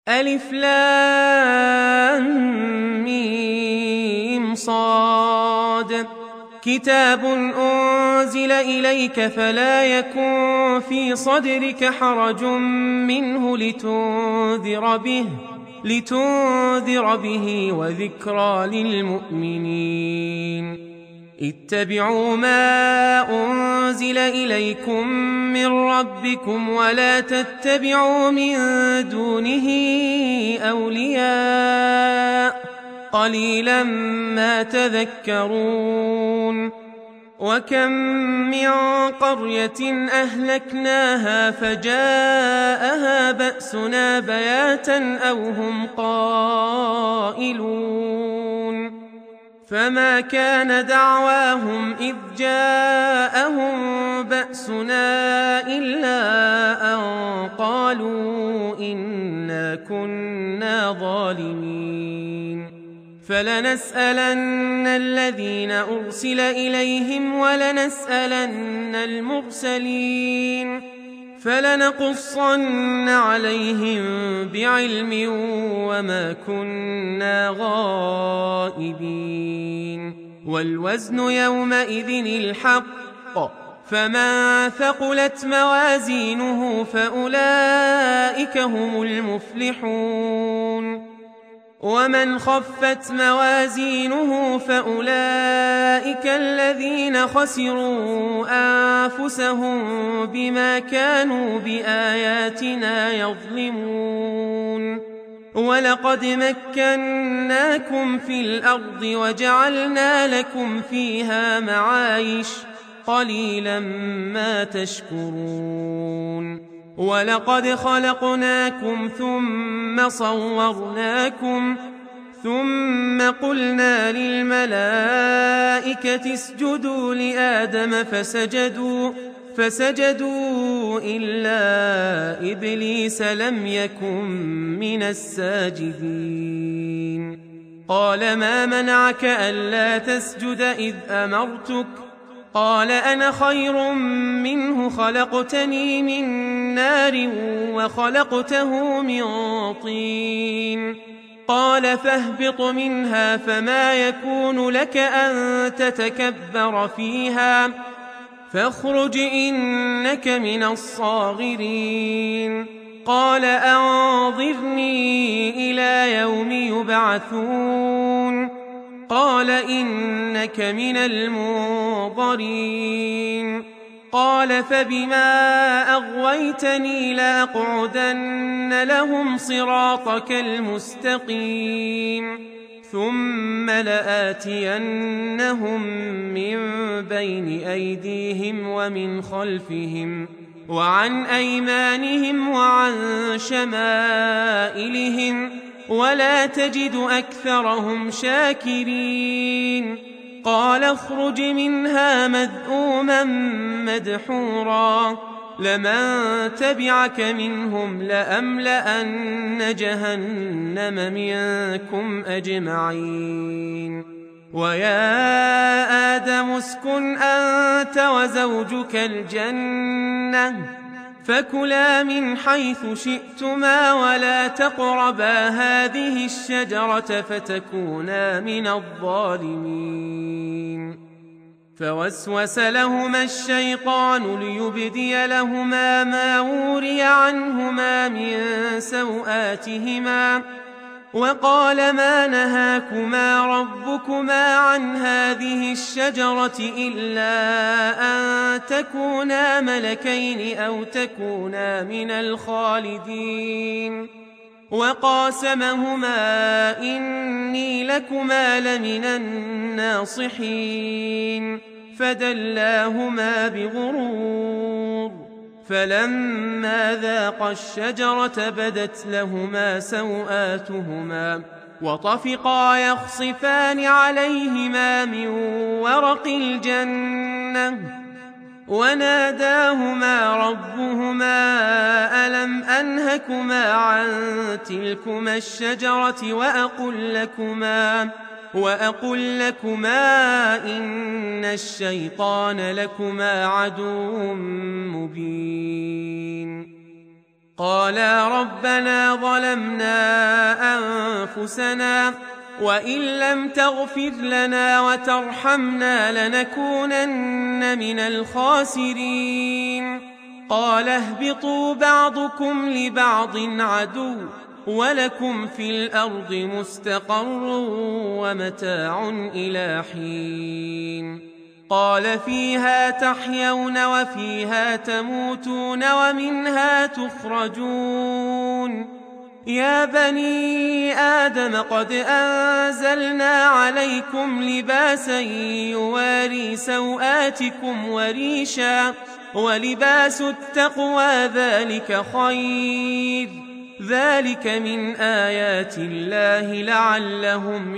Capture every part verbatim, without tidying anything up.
ألف لام ميم صاد كتاب أنزل إليك فلا يكن في صدرك حرج منه لتنذر به لتنذر به وذكرى للمؤمنين. اتبعوا ما أنزل إليكم من ربكم ولا تتبعوا من دونه أولياء قليلا ما تذكرون. وكم من قرية أهلكناها فجاءها بأسنا بياتا أو هم قائلون فما كان دعواهم إذ جاءهم بأسنا إلا أن قالوا إنا كنا ظالمين. فلنسألن الذين أرسل إليهم ولنسألن المرسلين فلنقصن عليهم بعلم وما كنا غائبين. والوزن يومئذ الحق فمن ثقلت موازينه فأولئك هم المفلحون ومن خفت موازينه فأولئك الذين خسروا أنفسهم بما كانوا بآياتنا يظلمون. ولقد مكناكم في الأرض وجعلنا لكم فيها معايش قليلا ما تشكرون. ولقد خلقناكم ثم صورناكم ثم قلنا للملائكة اسجدوا لآدم فسجدوا فسجدوا إلا إبليس لم يكن من الساجدين. قال ما منعك ألا تسجد إذ أمرتك قال أنا خير منه خلقتني من نار وخلقته من طين. قال فاهبط منها فما يكون لك أن تتكبر فيها فاخرج إنك من الصاغرين. قال أنظرني إلى يوم يبعثون قال إنك من المنظرين. قال فبما أغويتني لأقعدن لهم صراطك المستقيم ثم لآتينهم من بين أيديهم ومن خلفهم وعن أيمانهم وعن شمائلهم ولا تجد أكثرهم شاكرين. قال اخرج منها مذءوما مدحورا لمن تبعك منهم لأملأن جهنم منكم أجمعين. ويا آدم اسكن أنت وزوجك الجنة فكلا من حيث شئتما ولا تقربا هذه الشجرة فتكونا من الظالمين. فوسوس لهما الشيطان ليبدي لهما ما وري عنهما من سوآتهما وقال ما نهاكما ربكما عن هذه الشجرة إلا أن تكونا ملكين أو تكونا من الخالدين. وقاسمهما إني لكما لمن الناصحين فدلاهما بغرور فلما ذاقا الشجرة بدت لهما سوآتهما وطفقا يخصفان عليهما من ورق الجنة وناداهما ربهما ألم أنهكما عن تلكما الشجرة وأقل لكما وأقل لكما إن الشيطان لكما عدو مبين. قالا ربنا ظلمنا أنفسنا وإن لم تغفر لنا وترحمنا لنكونن من الخاسرين قال اهبطوا بعضكم لبعض عدو ولكم في الأرض مستقر ومتاع إلى حين قال فيها تحيون وفيها تموتون ومنها تخرجون يا بني آدم قد أنزلنا عليكم لباسا يواري سوآتكم وريشا ولباس التقوى ذلك خير ذلك من آيات الله لعلهم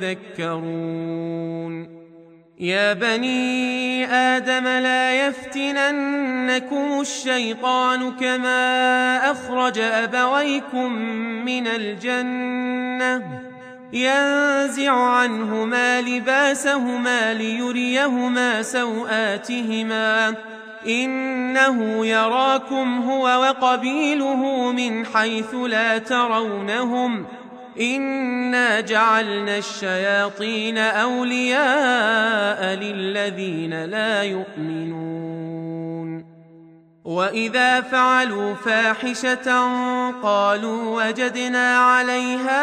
يذكرون يا بني آدم لا يفتننكم الشيطان كما أخرج أبويكم من الجنة ينزع عنهما لباسهما ليريهما سوآتهما إنه يراكم هو وقبيله من حيث لا ترونهم إنا جعلنا الشياطين أولياء للذين لا يؤمنون وإذا فعلوا فاحشة قالوا وجدنا عليها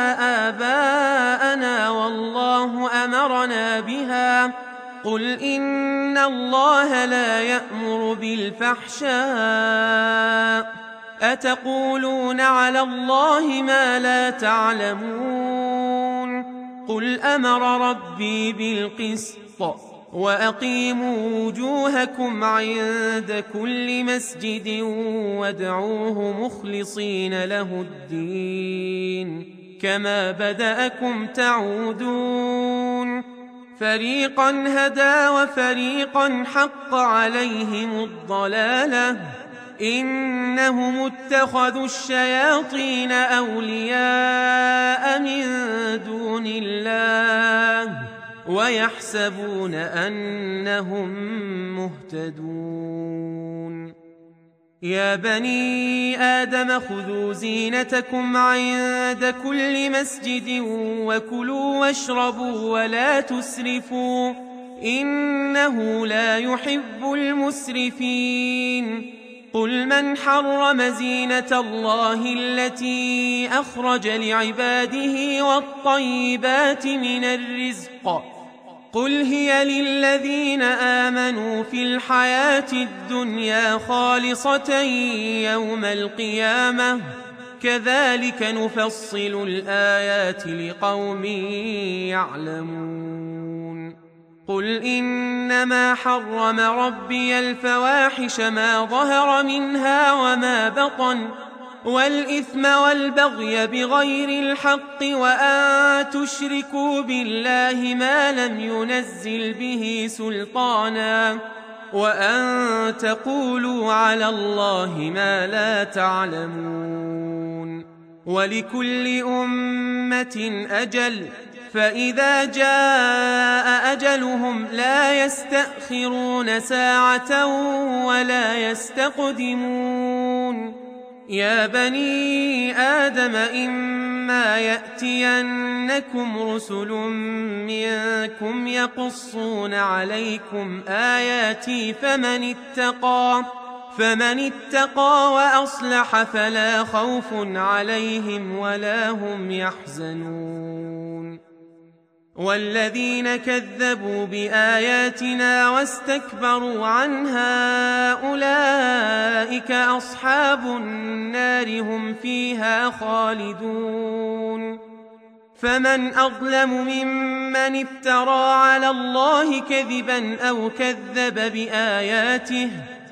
آباءنا والله أمرنا بها قل إن الله لا يأمر بالفحشاء أتقولون على الله ما لا تعلمون قل أمر ربي بالقسط وأقيموا وجوهكم عند كل مسجد وادعوه مخلصين له الدين كما بدأكم تعودون فريقا هدى وفريقا حق عليهم الضلالة إنهم اتخذوا الشياطين أولياء من دون الله ويحسبون أنهم مهتدون يا بني آدم خذوا زينتكم عند كل مسجد وكلوا واشربوا ولا تسرفوا إنه لا يحب المسرفين قل من حرم زينة الله التي أخرج لعباده والطيبات من الرزق قل هي للذين آمنوا في الحياة الدنيا خالصة يوم القيامة كذلك نفصل الآيات لقوم يعلمون قل إنما حرم ربي الفواحش ما ظهر منها وما بطن والإثم والبغي بغير الحق وأن تشركوا بالله ما لم ينزل به سلطانا وأن تقولوا على الله ما لا تعلمون ولكل أمة أجل فإذا جاء أجلهم لا يستأخرون ساعة ولا يستقدمون يا بني آدم إما يأتينكم رسل منكم يقصون عليكم آياتي فمن اتقى فمن اتقى وأصلح فلا خوف عليهم ولا هم يحزنون والذين كذبوا بآياتنا واستكبروا عنها أولئك أصحاب النار هم فيها خالدون فمن أظلم ممن افترى على الله كذبا أو كذب بآياته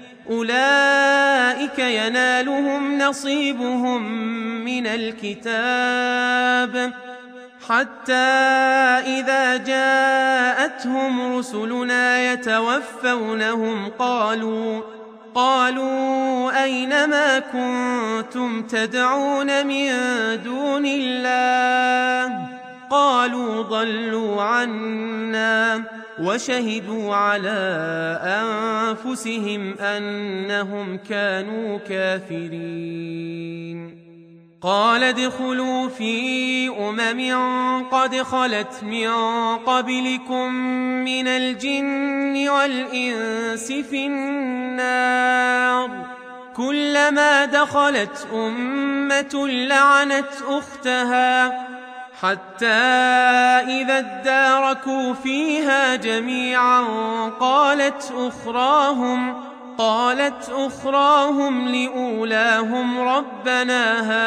أولئك ينالهم نصيبهم من الكتاب حتى إذا جاءتهم رسلنا يتوفونهم قالوا قالوا أين ما كنتم تدعون من دون الله قالوا ضلوا عنا وشهدوا على أنفسهم أنهم كانوا كافرين. قال ادخلوا في أمم قد خلت من قبلكم من الجن والإنس في النار، كلما دخلت أمة لعنت أختها حتى إذا اداركوا فيها جميعا قالت أخراهم قالت أخراهم لأولاهم ربنا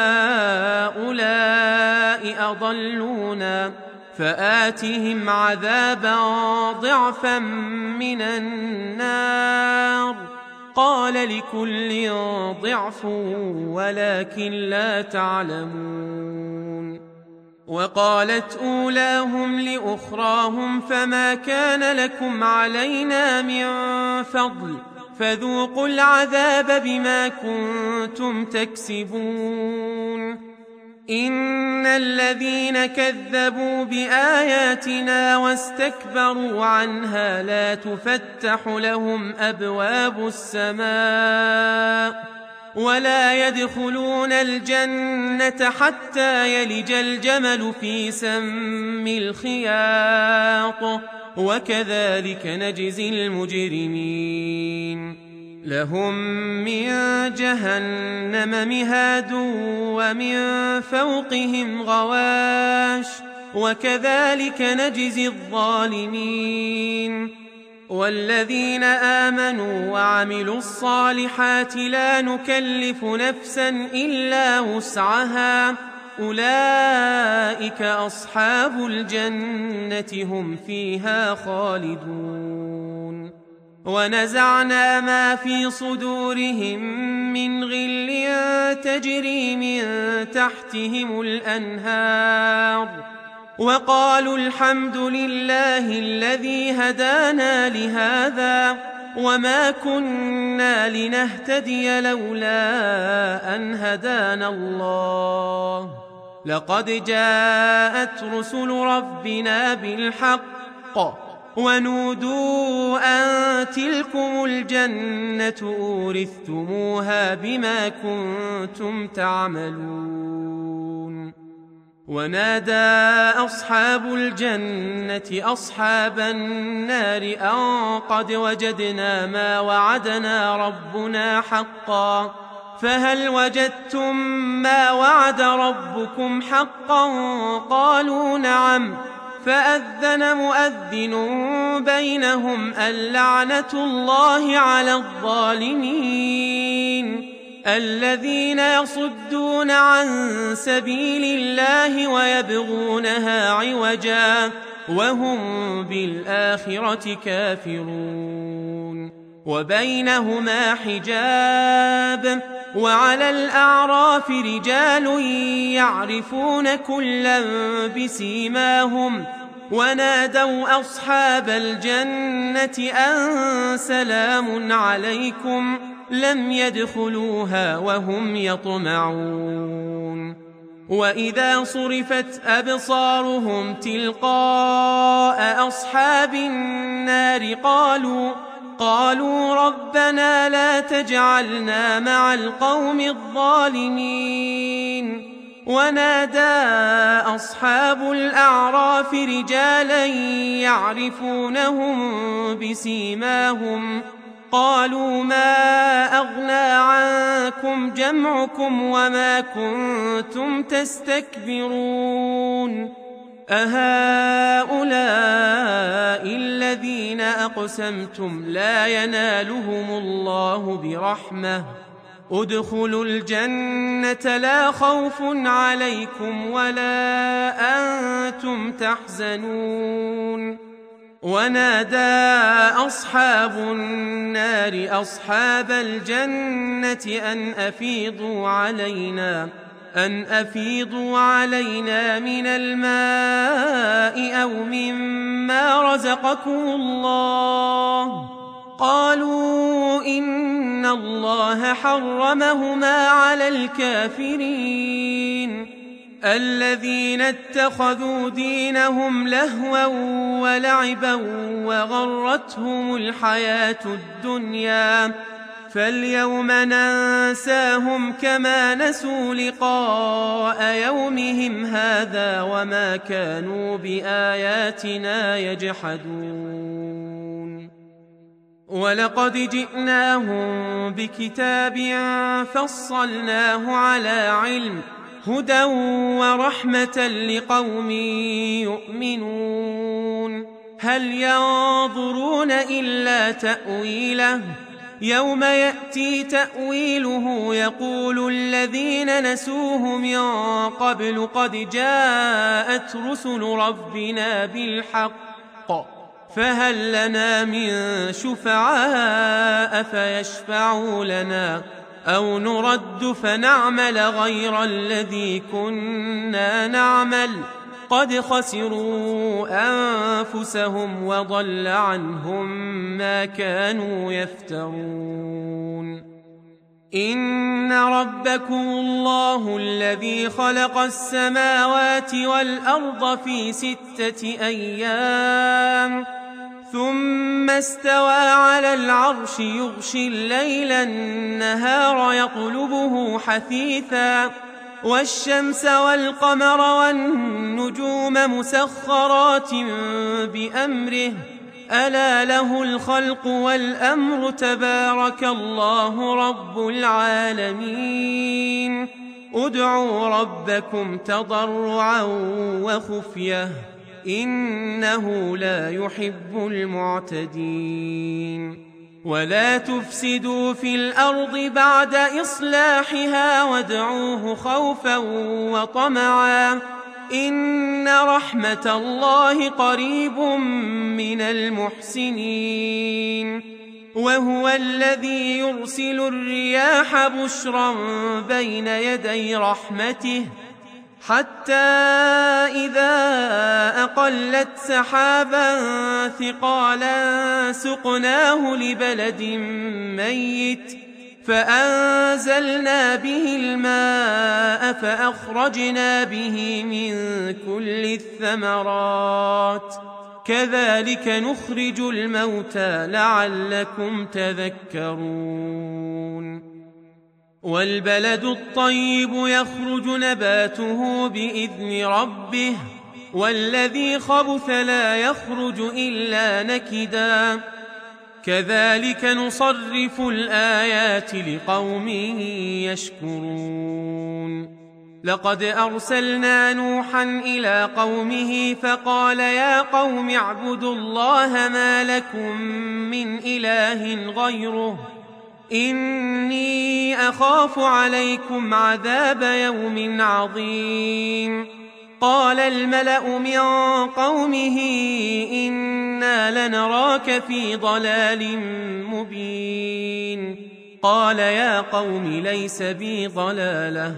هؤلاء أضلونا فآتهم عذابا ضعفا من النار. قال لكل ضعف ولكن لا تعلمون. وقالت أولاهم لأخراهم فما كان لكم علينا من فضل فذوقوا العذاب بما كنتم تكسبون. إن الذين كذبوا بآياتنا واستكبروا عنها لا تفتح لهم أبواب السماء ولا يدخلون الجنة حتى يلج الجمل في سم الخياط وكذلك نجزي المجرمين. لهم من جهنم مهاد ومن فوقهم غواش وكذلك نجزي الظالمين. والذين آمنوا وعملوا الصالحات لا نكلف نفسا إلا وسعها أولئك أصحاب الجنة هم فيها خالدون. ونزعنا ما في صدورهم من غل تجري من تحتهم الأنهار وقالوا الحمد لله الذي هدانا لهذا وما كنا لنهتدي لولا أن هدانا الله لقد جاءت رسل ربنا بالحق ونودوا أن تلكم الجنة أورثتموها بما كنتم تعملون. ونادى أصحاب الجنة أصحاب النار أن قد وجدنا ما وعدنا ربنا حقا فهل وجدتم ما وعد ربكم حقا قالوا نعم فأذن مؤذن بينهم اللعنة الله على الظالمين الذين يصدون عن سبيل الله ويبغونها عوجا وهم بالآخرة كافرون. وبينهما حجاب وعلى الأعراف رجال يعرفون كلا بسيماهم ونادوا أصحاب الجنة أن سلام عليكم لم يدخلوها وهم يطمعون. وإذا صرفت أبصارهم تلقاء أصحاب النار قالوا قالوا ربنا لا تجعلنا مع القوم الظالمين. ونادى أصحاب الأعراف رجالا يعرفونهم بسيماهم قالوا ما أغنى عنكم جمعكم وما كنتم تستكبرون أهؤلاء الذين أقسمتم لا ينالهم الله برحمة ادخلوا الجنة لا خوف عليكم ولا أنتم تحزنون. ونادى أصحاب النار أصحاب الجنة أن أفيضوا علينا أن أفيضوا علينا من الماء أو مما رزقكم الله قالوا إن الله حرمهما على الكافرين الذين اتخذوا دينهم لهوا ولعبا وغرتهم الحياة الدنيا فاليوم ننساهم كما نسوا لقاء يومهم هذا وما كانوا بآياتنا يجحدون ولقد جئناهم بكتاب فصلناه على علم هدى ورحمة لقوم يؤمنون هل ينظرون إلا تأويله يوم يأتي تأويله يقول الذين نسوه من قبل قد جاءت رسل ربنا بالحق فهل لنا من شفعاء فيشفعوا لنا أو نرد فنعمل غير الذي كنا نعمل قد خسروا أنفسهم وضل عنهم ما كانوا يفترون إن ربكم الله الذي خلق السماوات والأرض في ستة أيام ثم استوى على العرش يغشي الليل النهار يطلبه حثيثا والشمس والقمر والنجوم مسخرات بأمره ألا له الخلق والأمر تبارك الله رب العالمين ادعوا ربكم تضرعا وخفية إنه لا يحب المعتدين ولا تفسدوا في الأرض بعد إصلاحها وادعوه خوفا وطمعا إن رحمة الله قريب من المحسنين وهو الذي يرسل الرياح بشرا بين يدي رحمته حتى إذا أقلت سحابا ثقالا سقناه لبلد ميت فأنزلنا به الماء فأخرجنا به من كل الثمرات كذلك نخرج الموتى لعلكم تذكرون والبلد الطيب يخرج نباته بإذن ربه والذي خبث لا يخرج إلا نكدا كذلك نصرف الآيات لقوم يشكرون لقد أرسلنا نوحا إلى قومه فقال يا قوم اعبدوا الله ما لكم من إله غيره إني أخاف عليكم عذاب يوم عظيم قال الملأ من قومه إنا لنراك في ضلال مبين قال يا قوم ليس بي ضلالة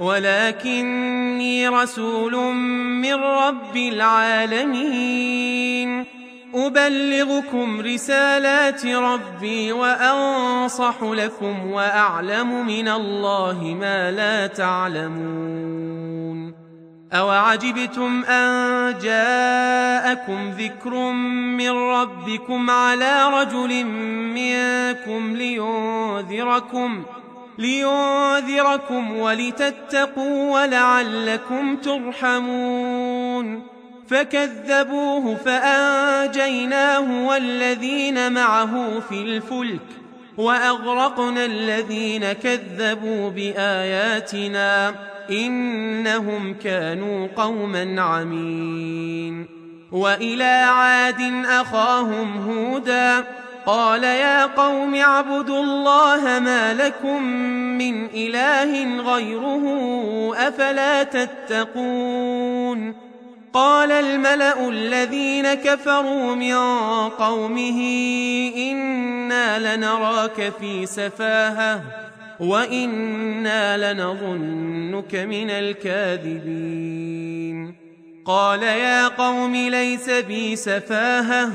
ولكني رسول من رب العالمين أبلغكم رسالات ربي وأنصح لكم وأعلم من الله ما لا تعلمون أوعجبتم أن جاءكم ذكر من ربكم على رجل منكم لينذركم لينذركم ولتتقوا ولعلكم ترحمون فكذبوه فأنجيناه والذين معه في الفلك وأغرقنا الذين كذبوا بآياتنا إنهم كانوا قوما عمين وإلى عاد أخاهم هودا قال يا قوم اعبدوا الله ما لكم من إله غيره أفلا تتقون قال الملأ الذين كفروا من قومه إنا لنراك في سفاهة وإنا لنظنك من الكاذبين قال يا قوم ليس بي سفاهة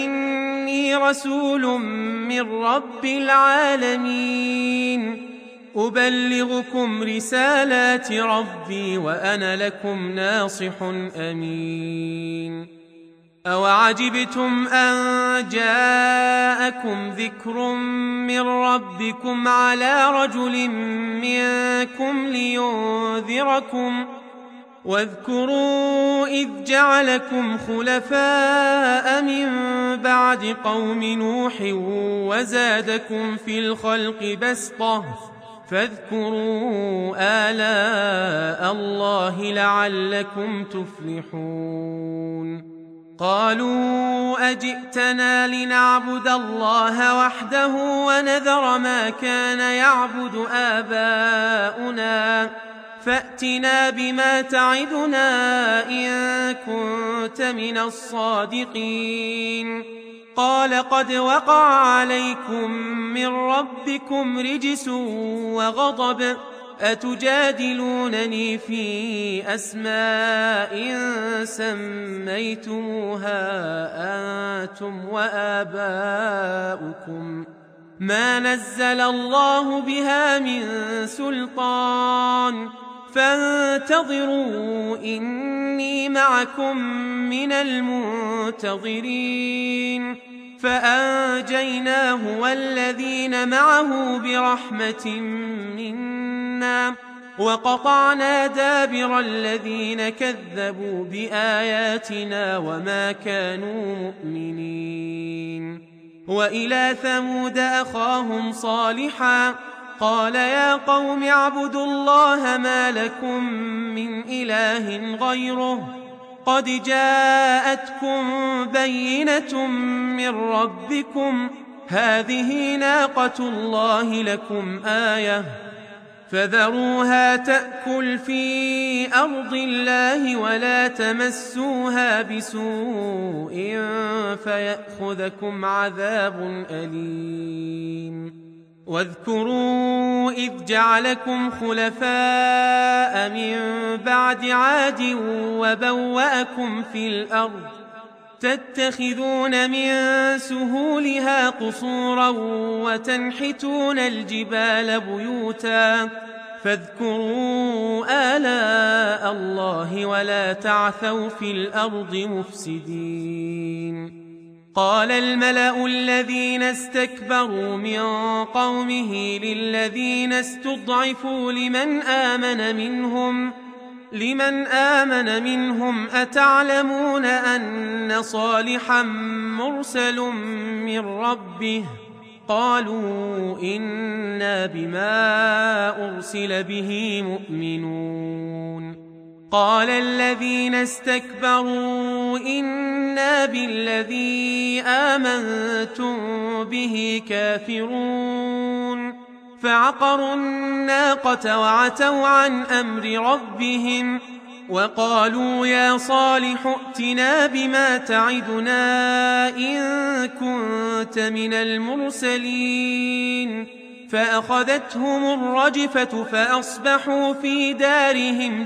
ولكني رسول من رب العالمين أبلغكم رسالات ربي وأنا لكم ناصح أمين. أوعجبتم أن جاءكم ذكر من ربكم على رجل منكم لينذركم واذكروا إذ جعلكم خلفاء من بعد قوم نوح وزادكم في الخلق بسطة فاذكروا آلاء الله لعلكم تفلحون. قالوا أجئتنا لنعبد الله وحده ونذر ما كان يعبد آباؤنا فأتنا بما تعدنا إن كنت من الصادقين. قال قد وقع عليكم من ربكم رجس وغضب أتجادلونني في أسماء سميتموها أنتم وآباؤكم ما نزل الله بها من سلطان فانتظروا إني معكم من المنتظرين. فأنجيناه والذين معه برحمة منا وقطعنا دابر الذين كذبوا بآياتنا وما كانوا مؤمنين. وإلى ثمود أخاهم صالحا قال يا قوم اعبدوا الله ما لكم من إله غيره قد جاءتكم بينة من ربكم هذه ناقة الله لكم آية فذروها تأكل في أرض الله ولا تمسوها بسوء فيأخذكم عذاب أليم. واذكروا إذ جعلكم خلفاء من بعد عاد وبوأكم في الأرض تتخذون من سهولها قصورا وتنحتون الجبال بيوتا فاذكروا آلاء الله ولا تعثوا في الأرض مفسدين. قال الملأ الذين استكبروا من قومه للذين استضعفوا لمن آمن منهم لمن آمن منهم أتعلمون أن صالحا مرسل من ربه قالوا إنا بما أرسل به مؤمنون. قال الذين استكبروا إنا بالذي آمنتم به كافرون فعقروا الناقة وعتوا عن أمر ربهم وقالوا يا صالح ائتنا بما تعدنا إن كنت من المرسلين. فأخذتهم الرجفة فأصبحوا في دارهم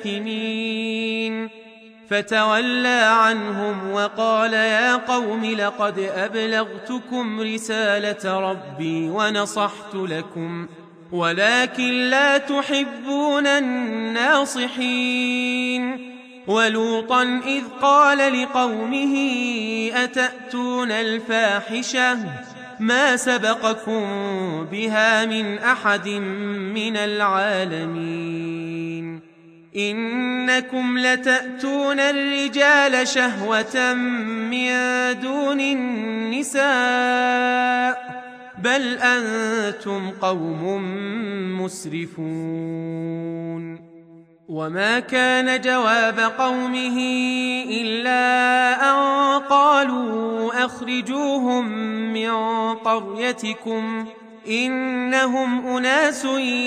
جاثمين. فتولى عنهم وقال يا قوم لقد أبلغتكم رسالة ربي ونصحت لكم ولكن لا تحبون الناصحين. ولوطا إذ قال لقومه أتأتون الفاحشة ما سبقكم بها من أحد من العالمين. إنكم لتأتون الرجال شهوة من دون النساء بل أنتم قوم مسرفون. وما كان جواب قومه إلا أن قالوا أخرجوهم من قريتكم إنهم أناس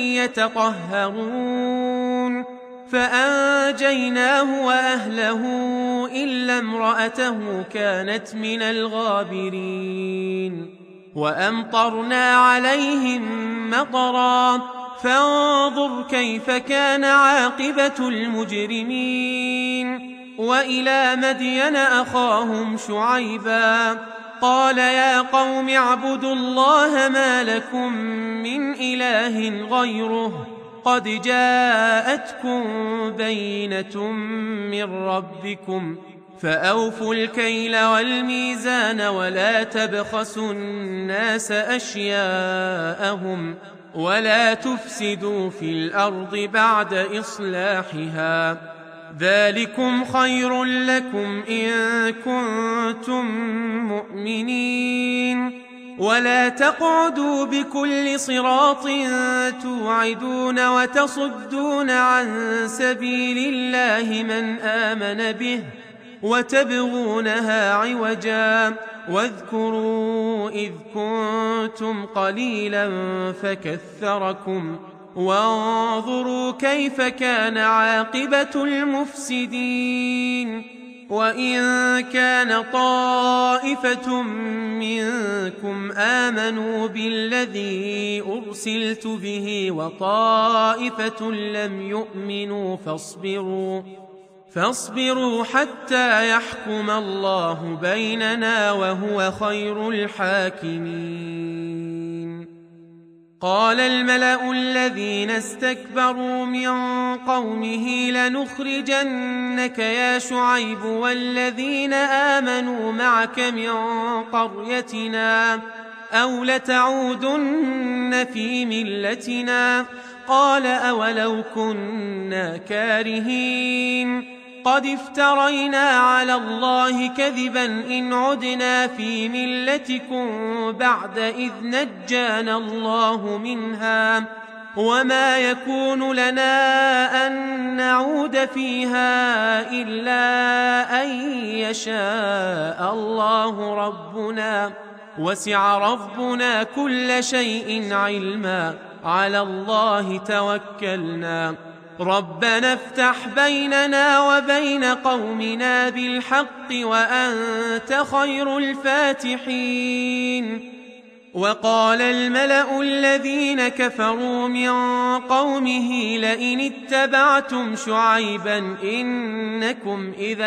يتطهرون. فأنجيناه وأهله إلا امرأته كانت من الغابرين. وأمطرنا عليهم مطرا فانظر كيف كان عاقبة المجرمين. وإلى مدين أخاهم شعيبا قال يا قوم اعبدوا الله ما لكم من إله غيره قد جاءتكم بينة من ربكم فأوفوا الكيل والميزان ولا تبخسوا الناس أشياءهم ولا تفسدوا في الأرض بعد إصلاحها ذلكم خير لكم إن كنتم مؤمنين ولا تقعدوا بكل صراط توعدون وتصدون عن سبيل الله من آمن به وتبغونها عوجا واذكروا إذ كنتم قليلا فكثركم وانظروا كيف كان عاقبة المفسدين وإن كان طائفة منكم آمنوا بالذي أرسلت به وطائفة لم يؤمنوا فاصبروا فاصبروا حتى يحكم الله بيننا وهو خير الحاكمين. قال الملأ الذين استكبروا من قومه لنخرجنك يا شعيب والذين آمنوا معك من قريتنا أو لتعودن في ملتنا قال أولو كنا كارهين قد افترينا على الله كذبا إن عدنا في ملتكم بعد إذ نجانا الله منها وما يكون لنا أن نعود فيها إلا أن يشاء الله ربنا وسع ربنا كل شيء علما على الله توكلنا ربنا افتح بيننا وبين قومنا بالحق وأنت خير الفاتحين. وقال الملأ الذين كفروا من قومه لئن اتبعتم شعيبا إنكم إذا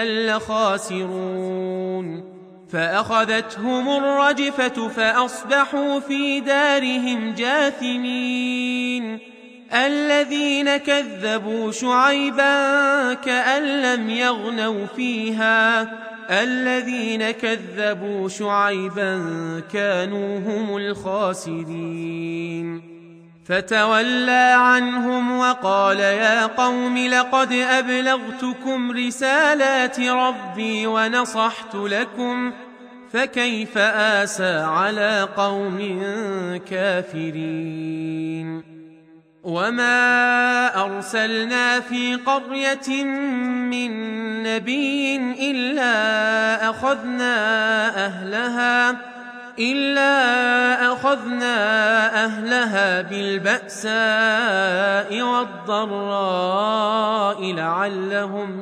لخاسرون فأخذتهم الرجفة فأصبحوا في دارهم جاثمين. الذين كذبوا شعيبا كأن لم يغنوا فيها الذين كذبوا شعيبا كانوا هم الخاسرين. فتولى عنهم وقال يا قوم لقد أبلغتكم رسالات ربي ونصحت لكم فكيف آسى على قوم كافرين. وما أرسلنا في قرية من نبي إلا أخذنا أهلها إلا أخذنا أهلها بالبأساء والضراء لعلهم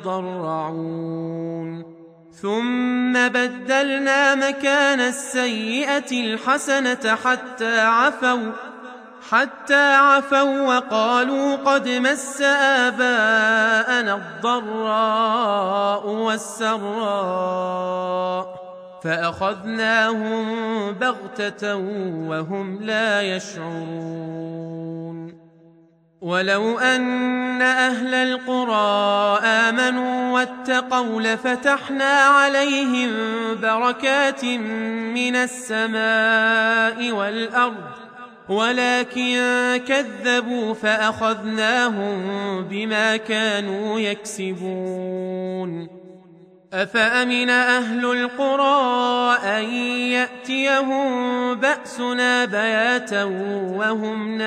يضرعون ثم بدلنا مكان السيئة الحسنة حتى عفوا حتى عفوا وقالوا قد مس آباءنا الضراء والسراء فأخذناهم بغتة وهم لا يشعرون. ولو أن أهل القرى آمنوا واتقوا لفتحنا عليهم بركات من السماء والأرض ولكن كذبوا فأخذناهم بما كانوا يكسبون. أفأمن أهل القرى أن يأتيهم بأسنا بياتا وهم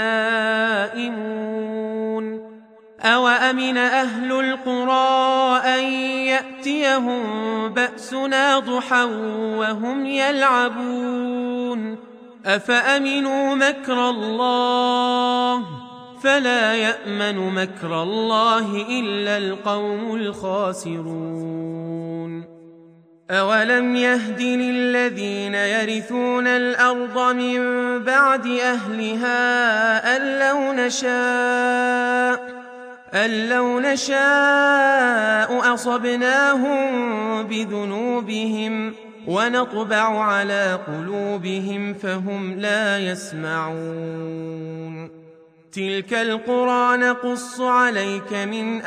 نائمون أوأمن أهل القرى أن يأتيهم بأسنا ضحى وهم يلعبون أفأمنوا مكر الله فلا يأمن مكر الله إلا القوم الخاسرون. أولم يهد للذين يرثون الأرض من بعد أهلها أن لو نشاء أن لو نشاء أصبناهم بذنوبهم ونطبع على قلوبهم فهم لا يسمعون تلك القرى نقص عليك من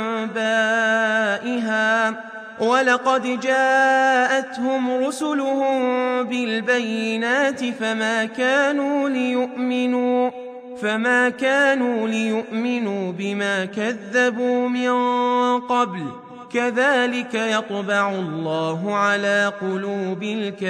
أنبائها ولقد جاءتهم رسلهم بالبينات فما كانوا ليؤمنوا فما كانوا ليؤمنوا بما كذبوا من قبل كذلك يطبع الله على قلوب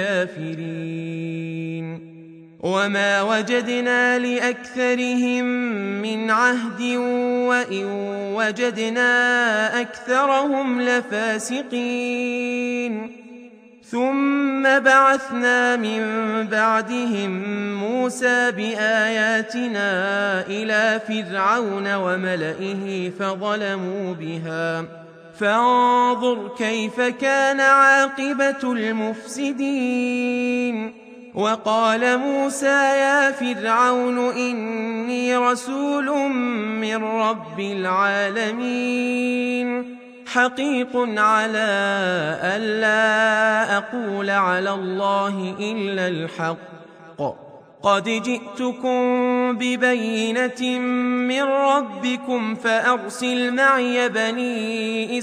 الكافرين وما وجدنا لأكثرهم من عهد وإن وجدنا أكثرهم لفاسقين ثم بعثنا من بعدهم موسى بآياتنا إلى فرعون وملئه فظلموا بها فانظر كيف كان عاقبة المفسدين وقال موسى يا فرعون إني رسول من رب العالمين حقيق على ألا أقول على الله إلا الحق قد جئتكم ببينة من ربكم فأرسل معي بني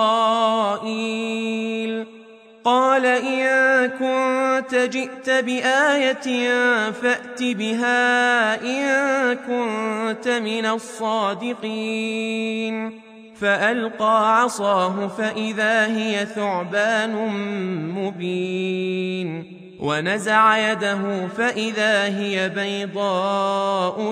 إسرائيل قال إن كنت جئت بآية فأت بها إن كنت من الصادقين فألقى عصاه فإذا هي ثعبان مبين ونزع يده فإذا هي بيضاء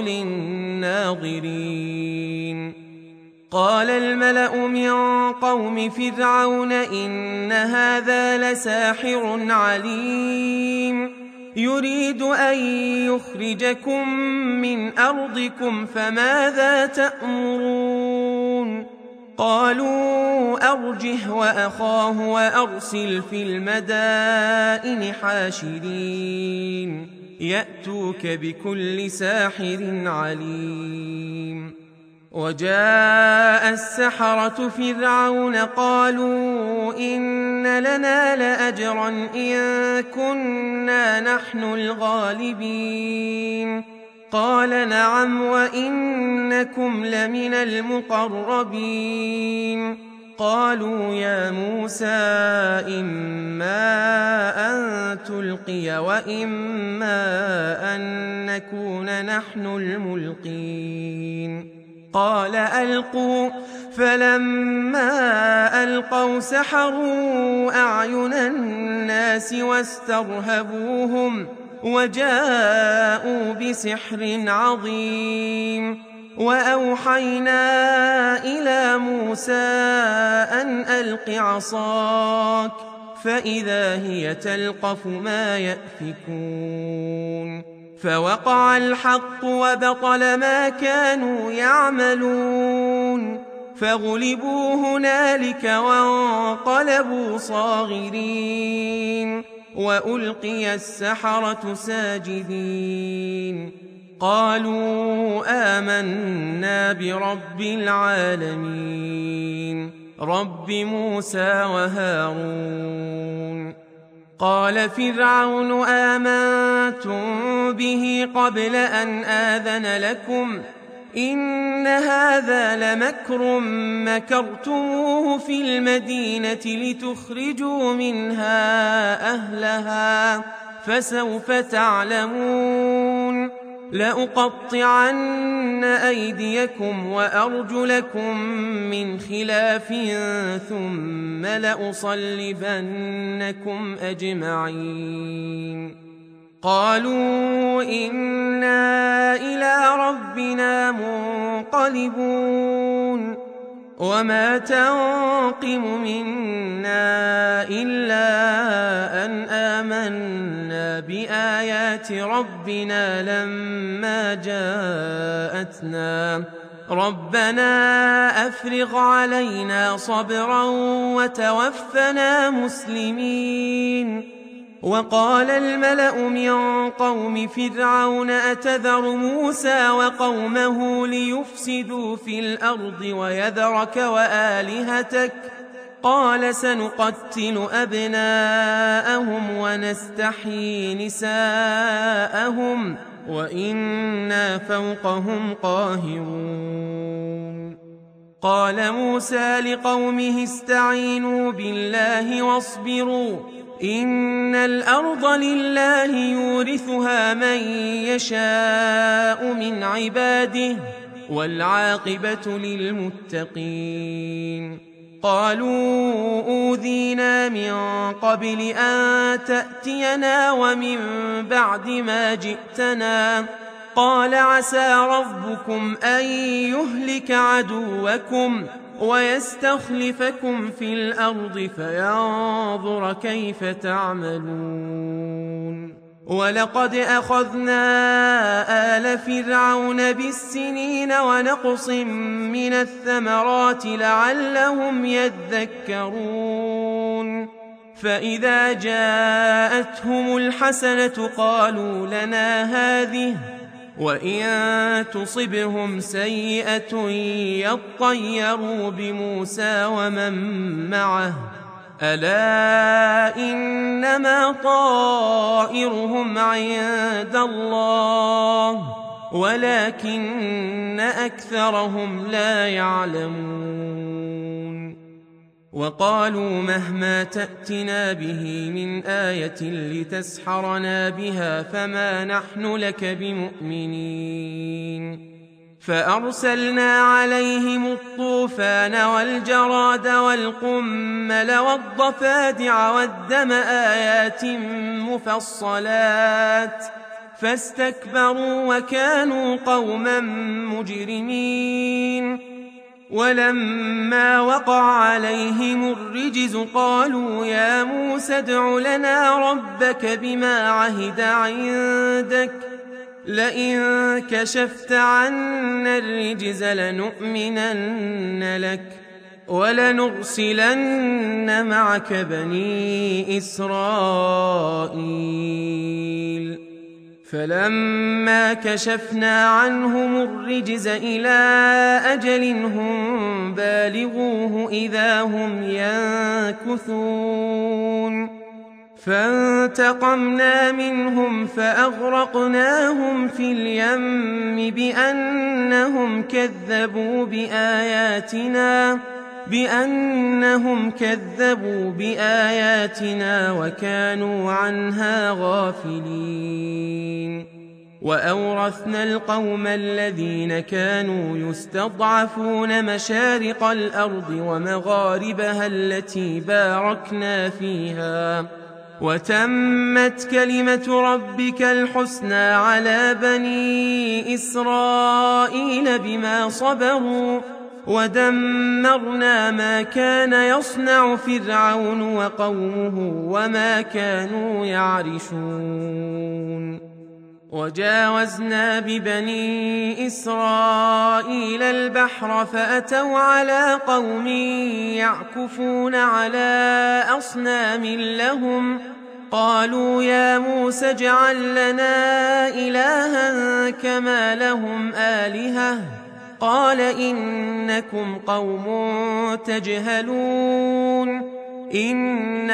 للناظرين قال الملأ من قوم فرعون إن هذا لساحر عليم يريد أن يخرجكم من أرضكم فماذا تأمرون قالوا أرجه وأخاه وأرسل في المدائن حاشرين يأتوك بكل ساحر عليم وجاء السحرة فرعون قالوا إن لنا لأجرا إن كنا نحن الغالبين قال نعم وإنكم لمن المقربين قالوا يا موسى إما أن تلقي وإما أن نكون نحن الملقين قال ألقوا فلما ألقوا سحروا أعين الناس واسترهبوهم وجاءوا بسحر عظيم وأوحينا إلى موسى أن ألق عصاك فإذا هي تلقف ما يأفكون فوقع الحق وبطل ما كانوا يعملون فغلبوا هنالك وانقلبوا صاغرين وألقي السحرة ساجدين قالوا آمنا برب العالمين رب موسى وهارون قال فرعون آمنتم به قبل أن آذن لكم إن هذا لمكر مكرتموه في المدينة لتخرجوا منها أهلها فسوف تعلمون لأقطعن أيديكم وأرجلكم من خلاف ثم لأصلبنكم أجمعين قالوا إنا إلى ربنا منقلبون وما تنقم منا إلا أن آمنا بآيات ربنا لما جاءتنا ربنا أفرغ علينا صبرا وتوفنا مسلمين وقال الملأ من قوم فرعون أتذر موسى وقومه ليفسدوا في الأرض ويذرك وآلهتك قال سنقتل أبناءهم ونستحيي نساءهم وإنا فوقهم قاهرون قال موسى لقومه استعينوا بالله واصبروا إن الأرض لله يورثها من يشاء من عباده والعاقبة للمتقين قالوا أوذينا من قبل أن تأتينا ومن بعد ما جئتنا قال عسى ربكم أن يهلك عدوكم ويستخلفكم في الأرض فينظر كيف تعملون ولقد أخذنا آل فرعون بالسنين ونقص من الثمرات لعلهم يذكرون فإذا جاءتهم الحسنة قالوا لنا هذه وإن تصبهم سيئة يطيروا بموسى ومن معه ألا إنما طائرهم عند الله ولكن أكثرهم لا يعلمون وقالوا مهما تأتنا به من آية لتسحرنا بها فما نحن لك بمؤمنين فأرسلنا عليهم الطوفان والجراد والقمل والضفادع والدم آيات مفصلات فاستكبروا وكانوا قوما مجرمين ولما وقع عليهم الرجز قالوا يا موسى ادع لنا ربك بما عهد عندك لئن كشفت عنا الرجز لنؤمنن لك ولنرسلن معك بني إسرائيل فلما كشفنا عنهم الرجز إلى أجل هم بالغوه إذا هم ينكثون فانتقمنا منهم فأغرقناهم في اليم بأنهم كذبوا بآياتنا بأنهم كذبوا بآياتنا وكانوا عنها غافلين وأورثنا القوم الذين كانوا يستضعفون مشارق الأرض ومغاربها التي باركنا فيها وتمت كلمة ربك الحسنى على بني إسرائيل بما صبروا ودمرنا ما كان يصنع فرعون وقومه وما كانوا يعرشون وجاوزنا ببني إسرائيل البحر فأتوا على قوم يعكفون على أصنام لهم قالوا يا موسى اجعل لنا إلها كما لهم آلهة قال إنكم قوم تجهلون إن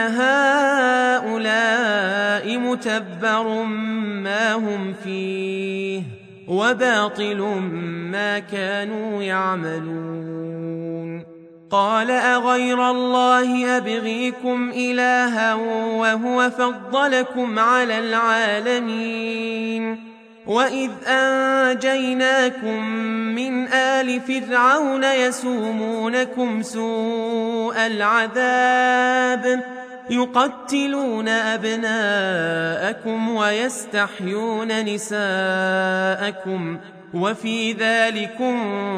هؤلاء متبر ما هم فيه وباطل ما كانوا يعملون قال أغير الله أبغيكم إلها وهو فضلكم على العالمين وإذ أنجيناكم من آل فرعون يسومونكم سوء العذاب يقتلون أبناءكم ويستحيون نساءكم وفي ذلكم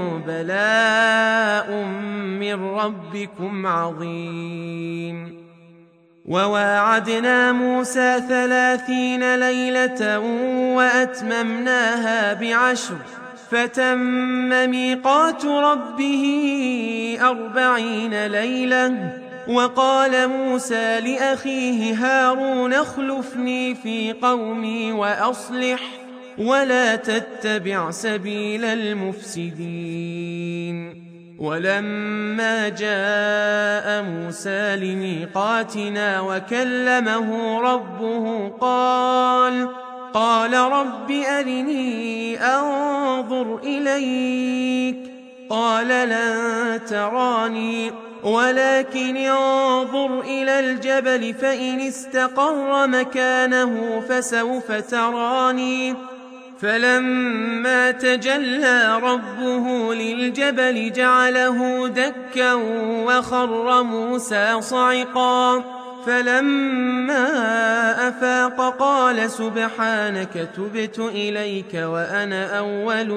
بلاء من ربكم عظيم وواعدنا موسى ثلاثين ليلة وأتممناها بعشر فتم ميقات ربه أربعين ليلة وقال موسى لأخيه هارون اخلفني في قومي وأصلح ولا تتبع سبيل المفسدين ولما جاء موسى لميقاتنا وكلمه ربه قال قال رب أرني أنظر إليك قال لن تراني ولكن انظر إلى الجبل فإن استقر مكانه فسوف تراني فلما تجلى ربه للجبل جعله دكا وخر موسى صعقا فلما أفاق قال سبحانك تبت إليك وأنا أول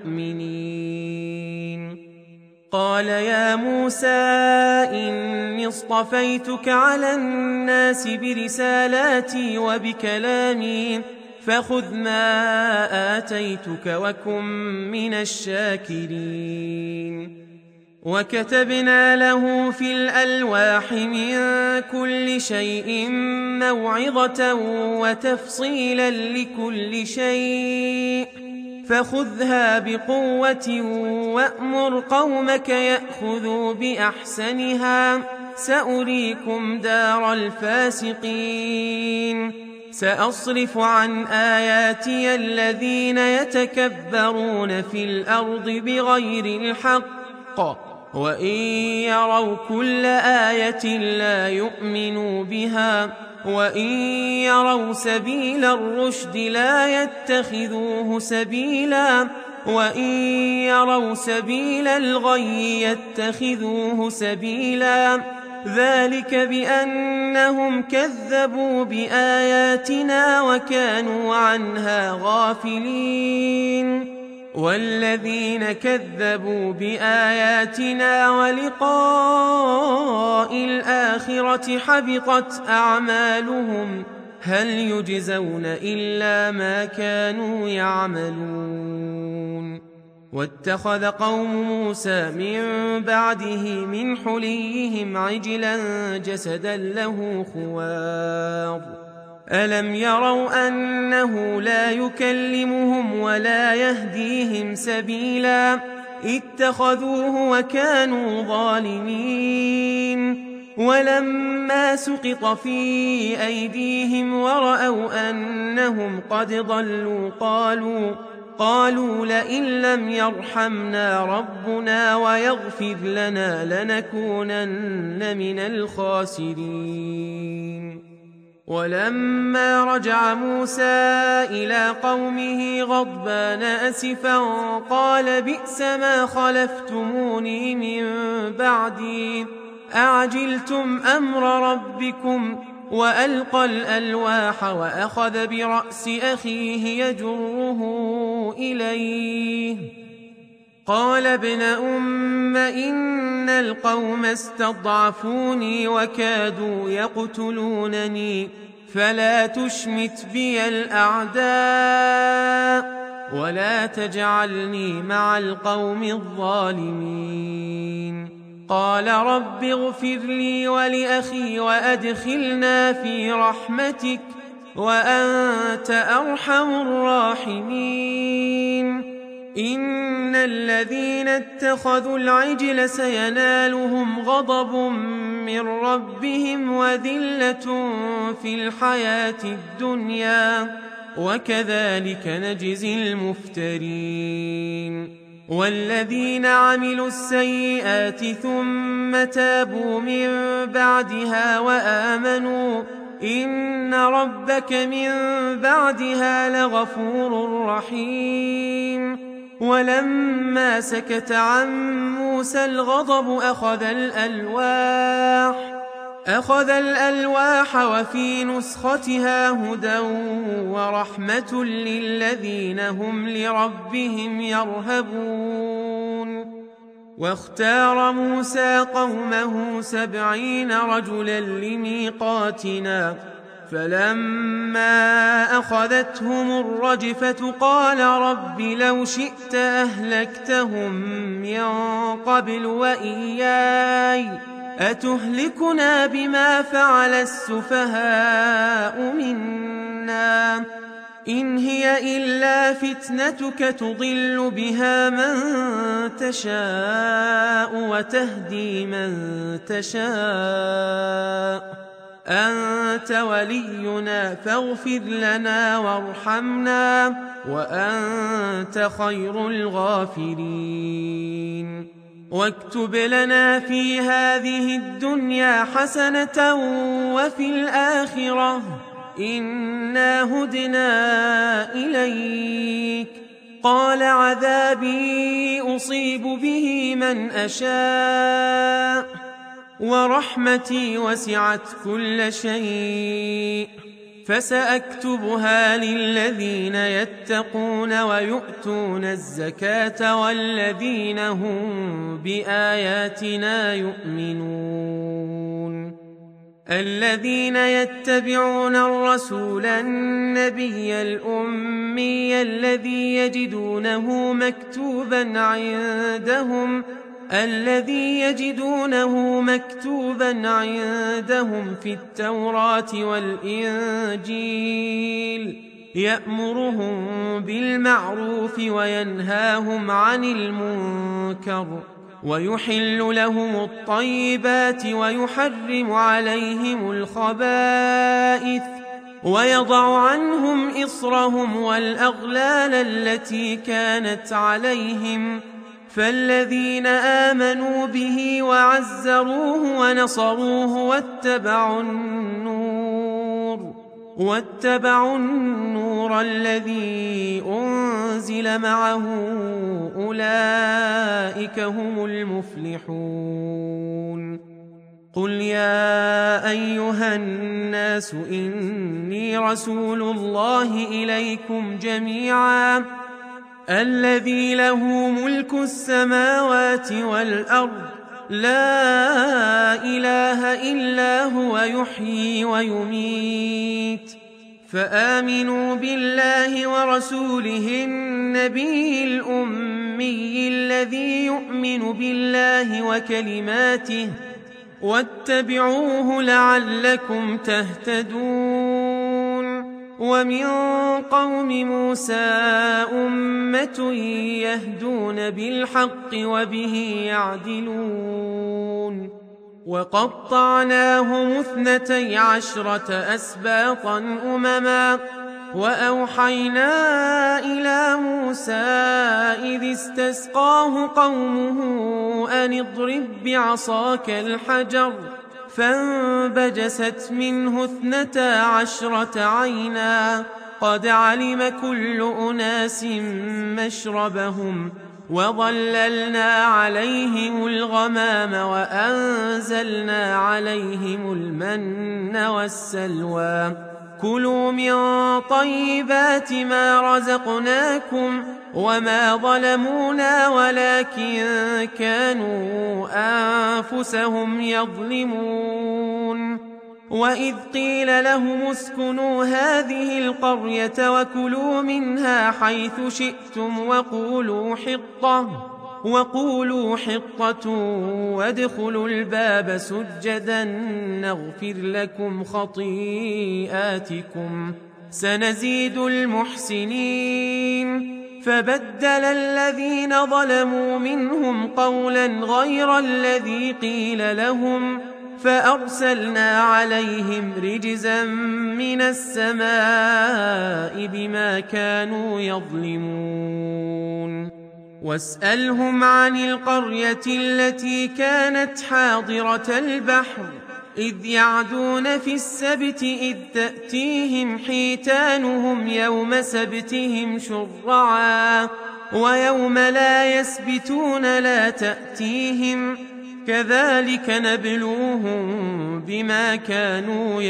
المؤمنين قال يا موسى إني اصطفيتك على الناس برسالاتي وبكلامي فخذ ما آتيتك وكن من الشاكرين وكتبنا له في الألواح من كل شيء موعظة وتفصيلا لكل شيء فخذها بقوة وأمر قومك يأخذوا بأحسنها سأريكم دار الفاسقين سأصرف عن آياتي الذين يتكبرون في الأرض بغير الحق وإن يروا كل آية لا يؤمنوا بها وإن يروا سبيل الرشد لا يتخذوه سبيلا وإن يروا سبيل الغي يتخذوه سبيلا ذلك بأنهم كذبوا بآياتنا وكانوا عنها غافلين والذين كذبوا بآياتنا ولقاء الآخرة حبطت أعمالهم هل يجزون إلا ما كانوا يعملون واتخذ قوم موسى من بعده من حليهم عجلا جسدا له خوار ألم يروا أنه لا يكلمهم ولا يهديهم سبيلا اتخذوه وكانوا ظالمين ولما سقط في أيديهم ورأوا أنهم قد ضلوا قالوا قالوا لئن لم يرحمنا ربنا ويغفر لنا لنكونن من الخاسرين ولما رجع موسى إلى قومه غضبان أسفا قال بئس ما خلفتموني من بعدي أعجلتم أمر ربكم وألقى الألواح وأخذ برأس أخيه يجره إليه قال ابن أم إن القوم استضعفوني وكادوا يقتلونني فلا تشمت بي الأعداء ولا تجعلني مع القوم الظالمين قال رب اغفر لي ولأخي وأدخلنا في رحمتك وأنت أرحم الراحمين إن الذين اتخذوا العجل سينالهم غضب من ربهم وذلة في الحياة الدنيا وكذلك نجزي المفترين والذين عملوا السيئات ثم تابوا من بعدها وآمنوا إن ربك من بعدها لغفور رحيم ولما سكت عن موسى الغضب أخذ الألواح أخذ الألواح وفي نسختها هدى ورحمة للذين هم لربهم يرهبون واختار موسى قومه سبعين رجلا لميقاتنا فلما أخذتهم الرجفة قال رب لو شئت أهلكتهم من قبل وإياي أتهلكنا بما فعل السفهاء منا إن هي إلا فتنتك تضل بها من تشاء وتهدي من تشاء أنت ولينا فاغفر لنا وارحمنا وأنت خير الغافرين. واكتب لنا في هذه الدنيا حسنة وفي الآخرة إنا هدنا إليك. قال عذابي أصيب به من أشاء ورحمتي وسعت كل شيء فسأكتبها للذين يتقون ويؤتون الزكاة والذين هم بآياتنا يؤمنون. الذين يتبعون الرسول النبي الأمي الذي يجدونه مكتوبا عندهم الذي يجدونه مكتوبا عندهم في التوراة والإنجيل يأمرهم بالمعروف وينهاهم عن المنكر ويحل لهم الطيبات ويحرم عليهم الخبائث ويضع عنهم إصرهم والأغلال التي كانت عليهم. فالذين آمنوا به وعزروه ونصروه واتبعوا النور واتبعوا النور الذي أنزل معه أولئك هم المفلحون. قل يا أيها الناس إني رسول الله إليكم جميعا الذي له ملك السماوات والأرض لا إله إلا هو يحيي ويميت. فآمنوا بالله ورسوله النبي الأمي الذي يؤمن بالله وكلماته واتبعوه لعلكم تهتدون. ومن قوم موسى أمة يهدون بالحق وبه يعدلون. وقطعناهم اثنتي عشرة أسباطا أمما وأوحينا إلى موسى إذ استسقاه قومه أن اضرب بعصاك الحجر فانبجست منه اثنتا عشرة عينا قد علم كل أناس مشربهم وظللنا عليهم الغمام وأنزلنا عليهم المن والسلوى كلوا من طيبات ما رزقناكم وما ظلمونا ولكن كانوا أنفسهم يظلمون. وإذ قيل لهم اسكنوا هذه القرية وكلوا منها حيث شئتم وقولوا حطة وقولوا حطة وادخلوا الباب سجدا نغفر لكم خطيئاتكم سنزيد المحسنين. فبدل الذين ظلموا منهم قولا غير الذي قيل لهم فأرسلنا عليهم رجزا من السماء بما كانوا يظلمون. واسألهم عن القرية التي كانت حاضرة البحر إذ يعدون في السبت إذ تأتيهم حيتانهم يوم سبتهم شرعا ويوم لا يسبتون لا تأتيهم كذلك نبلوهم بما كانوا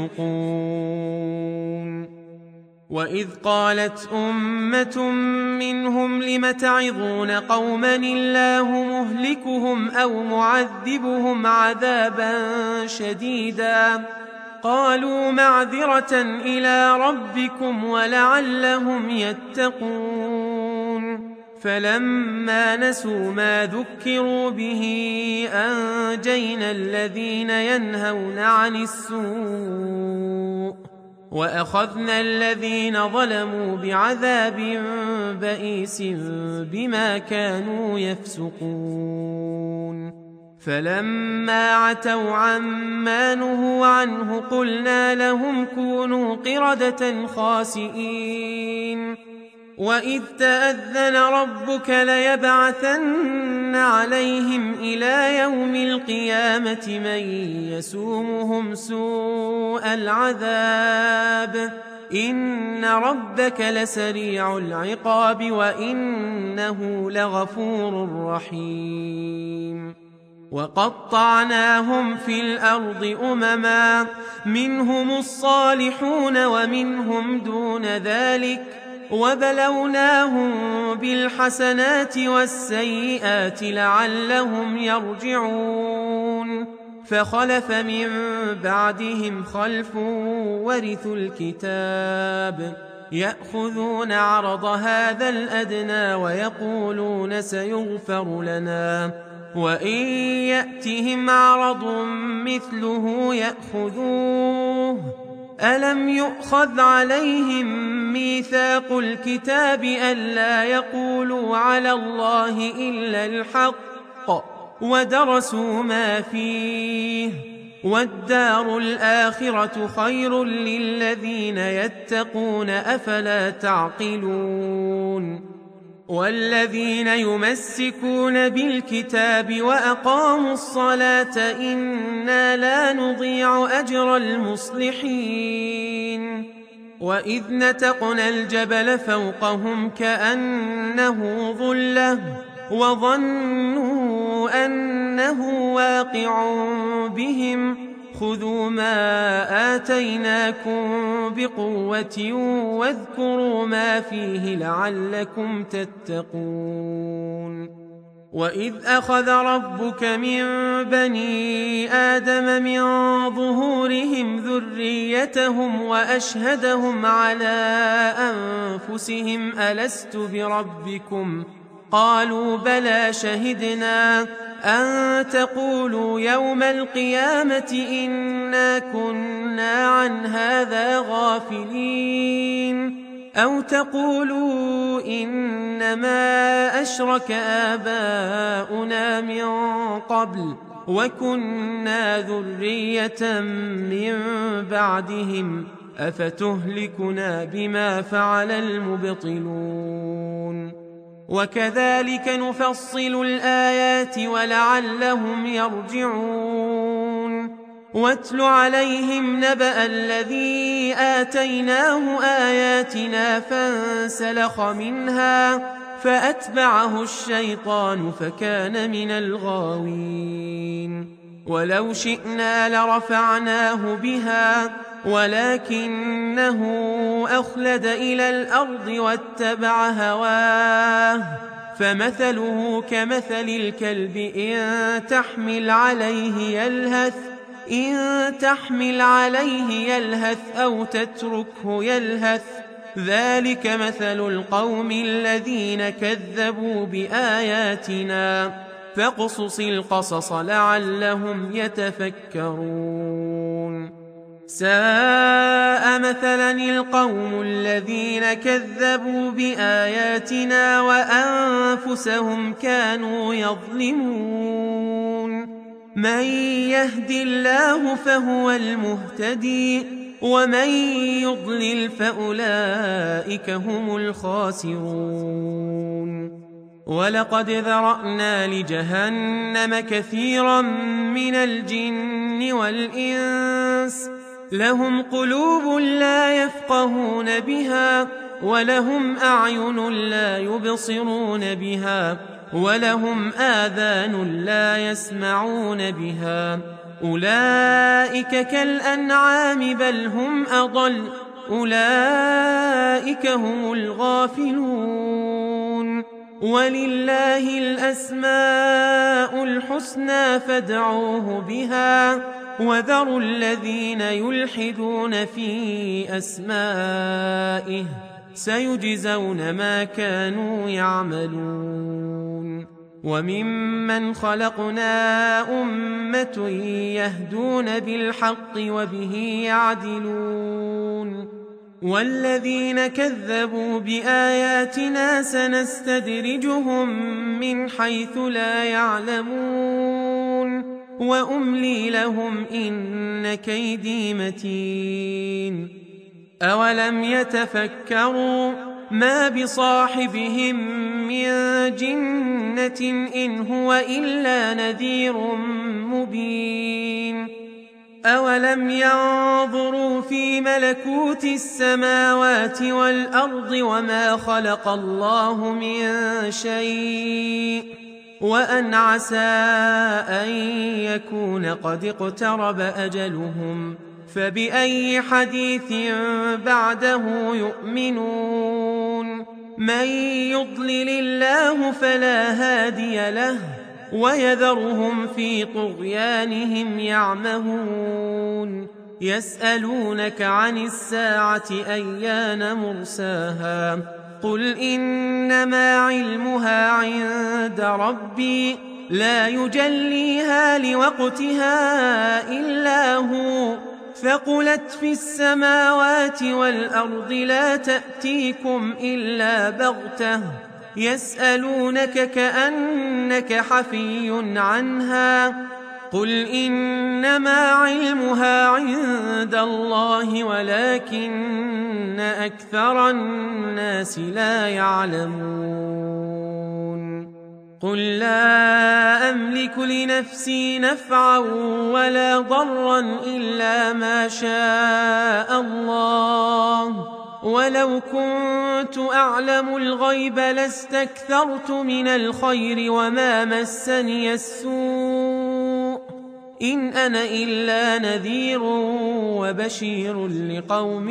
يفسقون. وإذ قالت أمة منهم لم تعظون قوما الله مهلكهم أو معذبهم عذابا شديدا قالوا معذرة إلى ربكم ولعلهم يتقون. فلما نسوا ما ذكروا به أنجينا الذين ينهون عن السوء وأخذنا الذين ظلموا بعذاب بئيس بما كانوا يفسقون فلما عتوا عما نهوا عنه قلنا لهم كونوا قردة خاسئين وإذ تأذن ربك ليبعثن عليهم إلى يوم القيامة من يسومهم سوء العذاب إن ربك لسريع العقاب وإنه لغفور رحيم وقطعناهم في الأرض أمما منهم الصالحون ومنهم دون ذلك وبلوناهم بالحسنات والسيئات لعلهم يرجعون فخلف من بعدهم خلف ورثوا الكتاب يأخذون عرض هذا الأدنى ويقولون سيغفر لنا وإن يأتهم عرض مثله يأخذوه ألم يؤخذ عليهم ميثاق الكتاب ألا يقولوا على الله إلا الحق ودرسوا ما فيه والدار الآخرة خير للذين يتقون أفلا تعقلون والذين يمسكون بالكتاب وأقاموا الصلاة إنا لا نضيع أجر المصلحين وإذ نتقنا الجبل فوقهم كأنه ظلة وظنوا أنه واقع بهم خذوا ما آتيناكم بقوة واذكروا ما فيه لعلكم تتقون وإذ أخذ ربك من بني آدم من ظهورهم ذريتهم وأشهدهم على أنفسهم ألست بربكم قالوا بلى شهدنا أن تقولوا يوم القيامة إنا كنا عن هذا غافلين أو تقولوا إنما أشرك آباؤنا من قبل وكنا ذرية من بعدهم أفتهلكنا بما فعل المبطلون وكذلك نفصل الآيات ولعلهم يرجعون واتل عليهم نبأ الذي آتيناه آياتنا فانسلخ منها فأتبعه الشيطان فكان من الغاوين ولو شئنا لرفعناه بها ولكنه أخلد إلى الأرض واتبع هواه فمثله كمثل الكلب إن تحمل عليه يلهث إن تحمل عليه يلهث أو تتركه يلهث ذلك مثل القوم الذين كذبوا بآياتنا فاقصص القصص لعلهم يتفكرون ساء مثلا القوم الذين كذبوا بآياتنا وأنفسهم كانوا يظلمون من يهد الله فهو المهتدي ومن يضلل فأولئك هم الخاسرون ولقد ذرأنا لجهنم كثيرا من الجن والإنس لهم قلوب لا يفقهون بها ولهم أعين لا يبصرون بها ولهم آذان لا يسمعون بها أولئك كالأنعام بل هم أضل أولئك هم الغافلون ولله الأسماء الحسنى فادعوه بها وذروا الذين يلحدون في أسمائه سيجزون ما كانوا يعملون وممن خلقنا أمة يهدون بالحق وبه يعدلون والذين كذبوا بآياتنا سنستدرجهم من حيث لا يعلمون وأملي لهم إن كيدي متين أولم يتفكروا ما بصاحبهم من جنة إن هو إلا نذير مبين أولم ينظروا في ملكوت السماوات والأرض وما خلق الله من شيء وأن عسى أن يكون قد اقترب أجلهم فبأي حديث بعده يؤمنون من يضلل الله فلا هادي له ويذرهم في طغيانهم يعمهون يسألونك عن الساعة أيان مرساها قل إنما علمها عند ربي لا يجليها لوقتها إلا هو ثقلت في السماوات والأرض لا تأتيكم إلا بغتة يسألونك كأنك حفي عنها قل إنما علمها عند الله ولكن أكثر الناس لا يعلمون قل لا أملك لنفسي نفعا ولا ضرا إلا ما شاء الله ولو كنت أعلم الغيب لاستكثرت من الخير وما مسني السوء إن أنا إلا نذير وبشير لقوم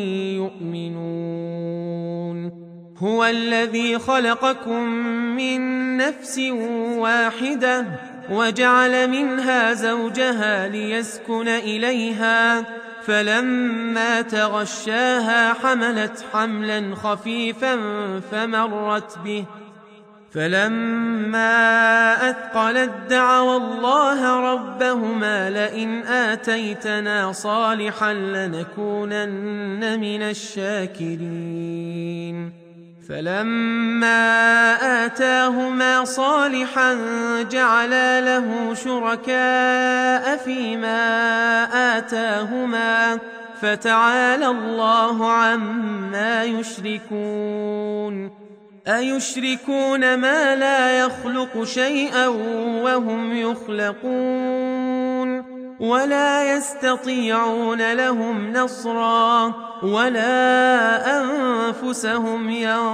يؤمنون هو الذي خلقكم من نفس واحدة وجعل منها زوجها ليسكن إليها فلما تغشاها حملت حملا خفيفا فمرت به فلما أثقلت دعوا الله ربهما لئن آتيتنا صالحا لنكونن من الشاكرين فلما آتاهما صالحا جعلا له شركاء فيما آتاهما فتعالى الله عما يشركون أيشركون ما لا يخلق شيئا وهم يخلقون ولا يستطيعون لهم نصرا ولا أنفسهم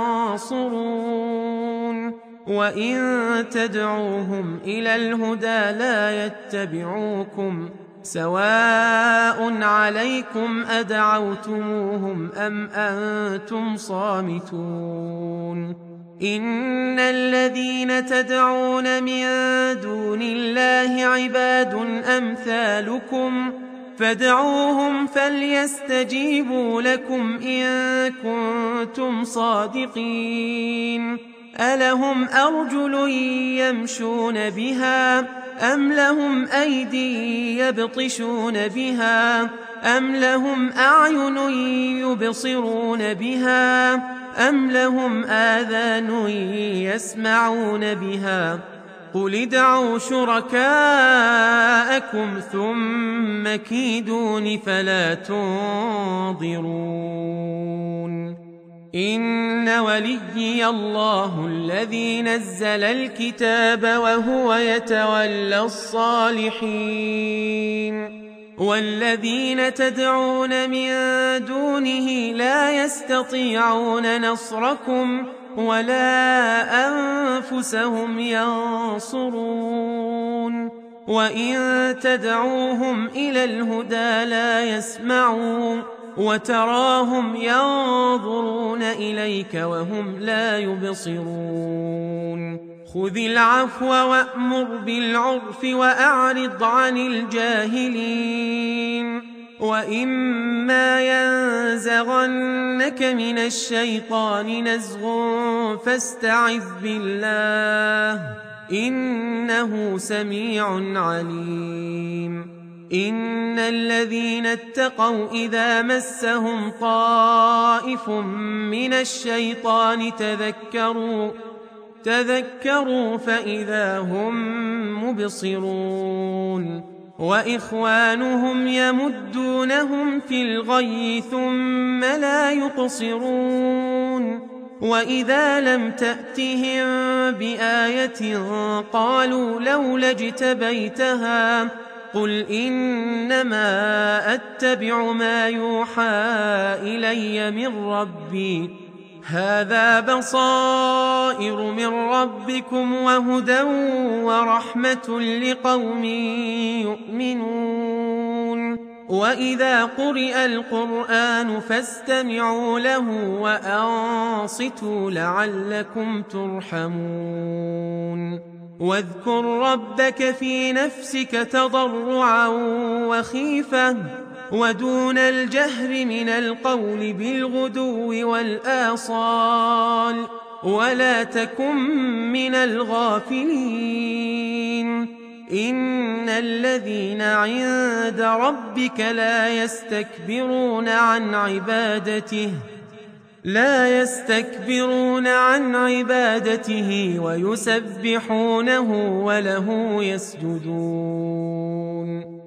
ينصرون وإن تدعوهم إلى الهدى لا يتبعوكم سواء عليكم أدعوتموهم أم أنتم صامتون إن الذين تدعون من دون الله عباد أمثالكم فادعوهم فليستجيبوا لكم إن كنتم صادقين ألهم أرجل يمشون بها أم لهم أيدي يبطشون بها أم لهم أعين يبصرون بها أم لهم آذان يسمعون بها قل ادعوا شركاءكم ثم كيدون فلا تنظرون إن وليي الله الذي نزل الكتاب وهو يتولى الصالحين والذين تدعون من دونه لا يستطيعون نصركم ولا أنفسهم ينصرون وإن تدعوهم إلى الهدى لا يسمعون وتراهم ينظرون إليك وهم لا يبصرون خذ العفو وأمر بالعرف وأعرض عن الجاهلين وإما ينزغنك من الشيطان نزغ فاستعذ بالله إنه سميع عليم إن الذين اتقوا إذا مسهم طائف من الشيطان تذكروا تذكروا فإذا هم مبصرون وإخوانهم يمدونهم في الغي ثم لا يقصرون وإذا لم تأتهم بآية قالوا لولا اجتبيتها قل إنما أتبع ما يوحى إلي من ربي هذا بصائر من ربكم وهدى ورحمة لقوم يؤمنون وإذا قرئ القرآن فاستمعوا له وأنصتوا لعلكم ترحمون واذكر ربك في نفسك تضرعا وخيفة ودون الجهر من القول بالغدو والآصال ولا تكن من الغافلين إن الذين عند ربك لا يستكبرون عن عبادته لا يستكبرون عن عبادته ويسبحونه وله يسجدون